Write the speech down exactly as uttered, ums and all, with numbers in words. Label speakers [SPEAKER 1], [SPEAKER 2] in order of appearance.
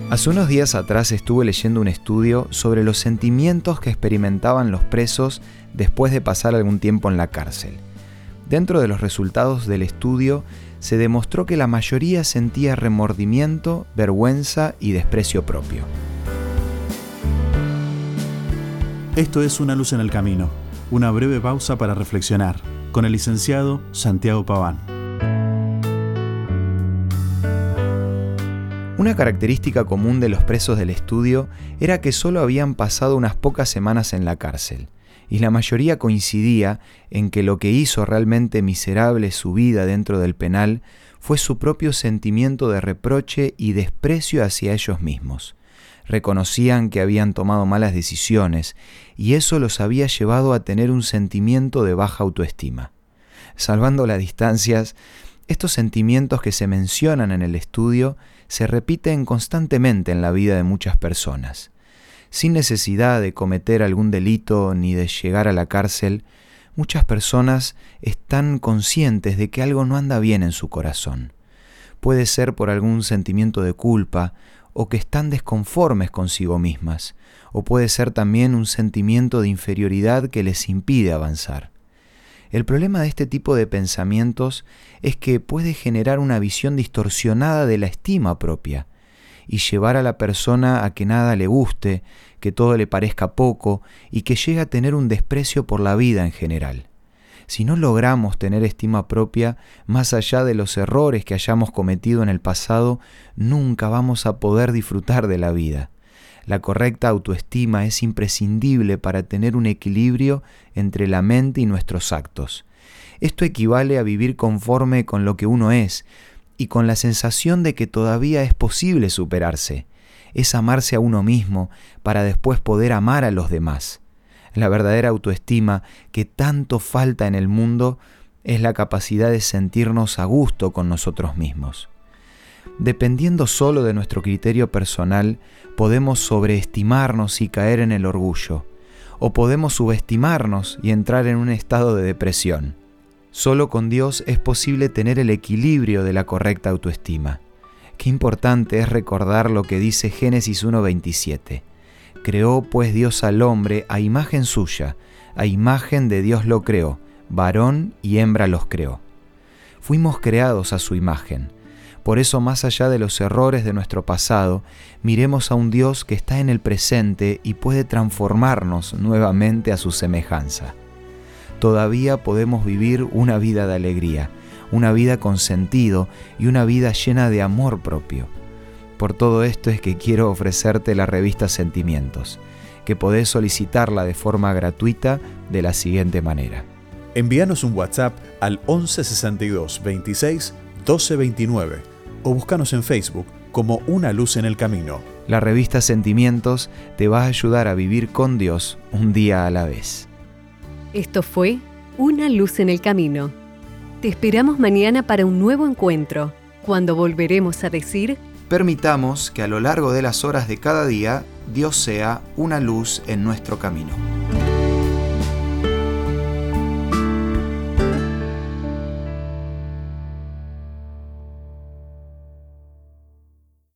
[SPEAKER 1] Hace unos días atrás estuve leyendo un estudio sobre los sentimientos que experimentaban los presos después de pasar algún tiempo en la cárcel. Dentro de los resultados del estudio se demostró que la mayoría sentía remordimiento, vergüenza y desprecio propio.
[SPEAKER 2] Esto es Una luz en el camino, una breve pausa para reflexionar, con el licenciado Santiago Paván.
[SPEAKER 1] Una característica común de los presos del estudio era que solo habían pasado unas pocas semanas en la cárcel, y la mayoría coincidía en que lo que hizo realmente miserable su vida dentro del penal fue su propio sentimiento de reproche y desprecio hacia ellos mismos. Reconocían que habían tomado malas decisiones, y eso los había llevado a tener un sentimiento de baja autoestima. Salvando las distancias, estos sentimientos que se mencionan en el estudio se repiten constantemente en la vida de muchas personas. Sin necesidad de cometer algún delito ni de llegar a la cárcel, muchas personas están conscientes de que algo no anda bien en su corazón. Puede ser por algún sentimiento de culpa o que están desconformes consigo mismas, o puede ser también un sentimiento de inferioridad que les impide avanzar. El problema de este tipo de pensamientos es que puede generar una visión distorsionada de la estima propia y llevar a la persona a que nada le guste, que todo le parezca poco y que llegue a tener un desprecio por la vida en general. Si no logramos tener estima propia, más allá de los errores que hayamos cometido en el pasado, nunca vamos a poder disfrutar de la vida. La correcta autoestima es imprescindible para tener un equilibrio entre la mente y nuestros actos. Esto equivale a vivir conforme con lo que uno es y con la sensación de que todavía es posible superarse. Es amarse a uno mismo para después poder amar a los demás. La verdadera autoestima que tanto falta en el mundo es la capacidad de sentirnos a gusto con nosotros mismos. Dependiendo solo de nuestro criterio personal, podemos sobreestimarnos y caer en el orgullo, o podemos subestimarnos y entrar en un estado de depresión. Solo con Dios es posible tener el equilibrio de la correcta autoestima. Qué importante es recordar lo que dice Génesis uno veintisiete. Creó pues Dios al hombre a imagen suya, a imagen de Dios lo creó, varón y hembra los creó. Fuimos creados a su imagen. Por eso, más allá de los errores de nuestro pasado, miremos a un Dios que está en el presente y puede transformarnos nuevamente a su semejanza. Todavía podemos vivir una vida de alegría, una vida con sentido y una vida llena de amor propio. Por todo esto es que quiero ofrecerte la revista Sentimientos, que podés solicitarla de forma gratuita de la siguiente manera.
[SPEAKER 2] Envíanos un WhatsApp al once sesenta y dos veintiséis doce veintinueve o búscanos en Facebook como Una luz en el camino.
[SPEAKER 1] La revista Sentimientos te va a ayudar a vivir con Dios un día a la vez.
[SPEAKER 3] Esto fue Una luz en el camino. Te esperamos mañana para un nuevo encuentro, cuando volveremos a decir:
[SPEAKER 1] permitamos que a lo largo de las horas de cada día, Dios sea una luz en nuestro camino.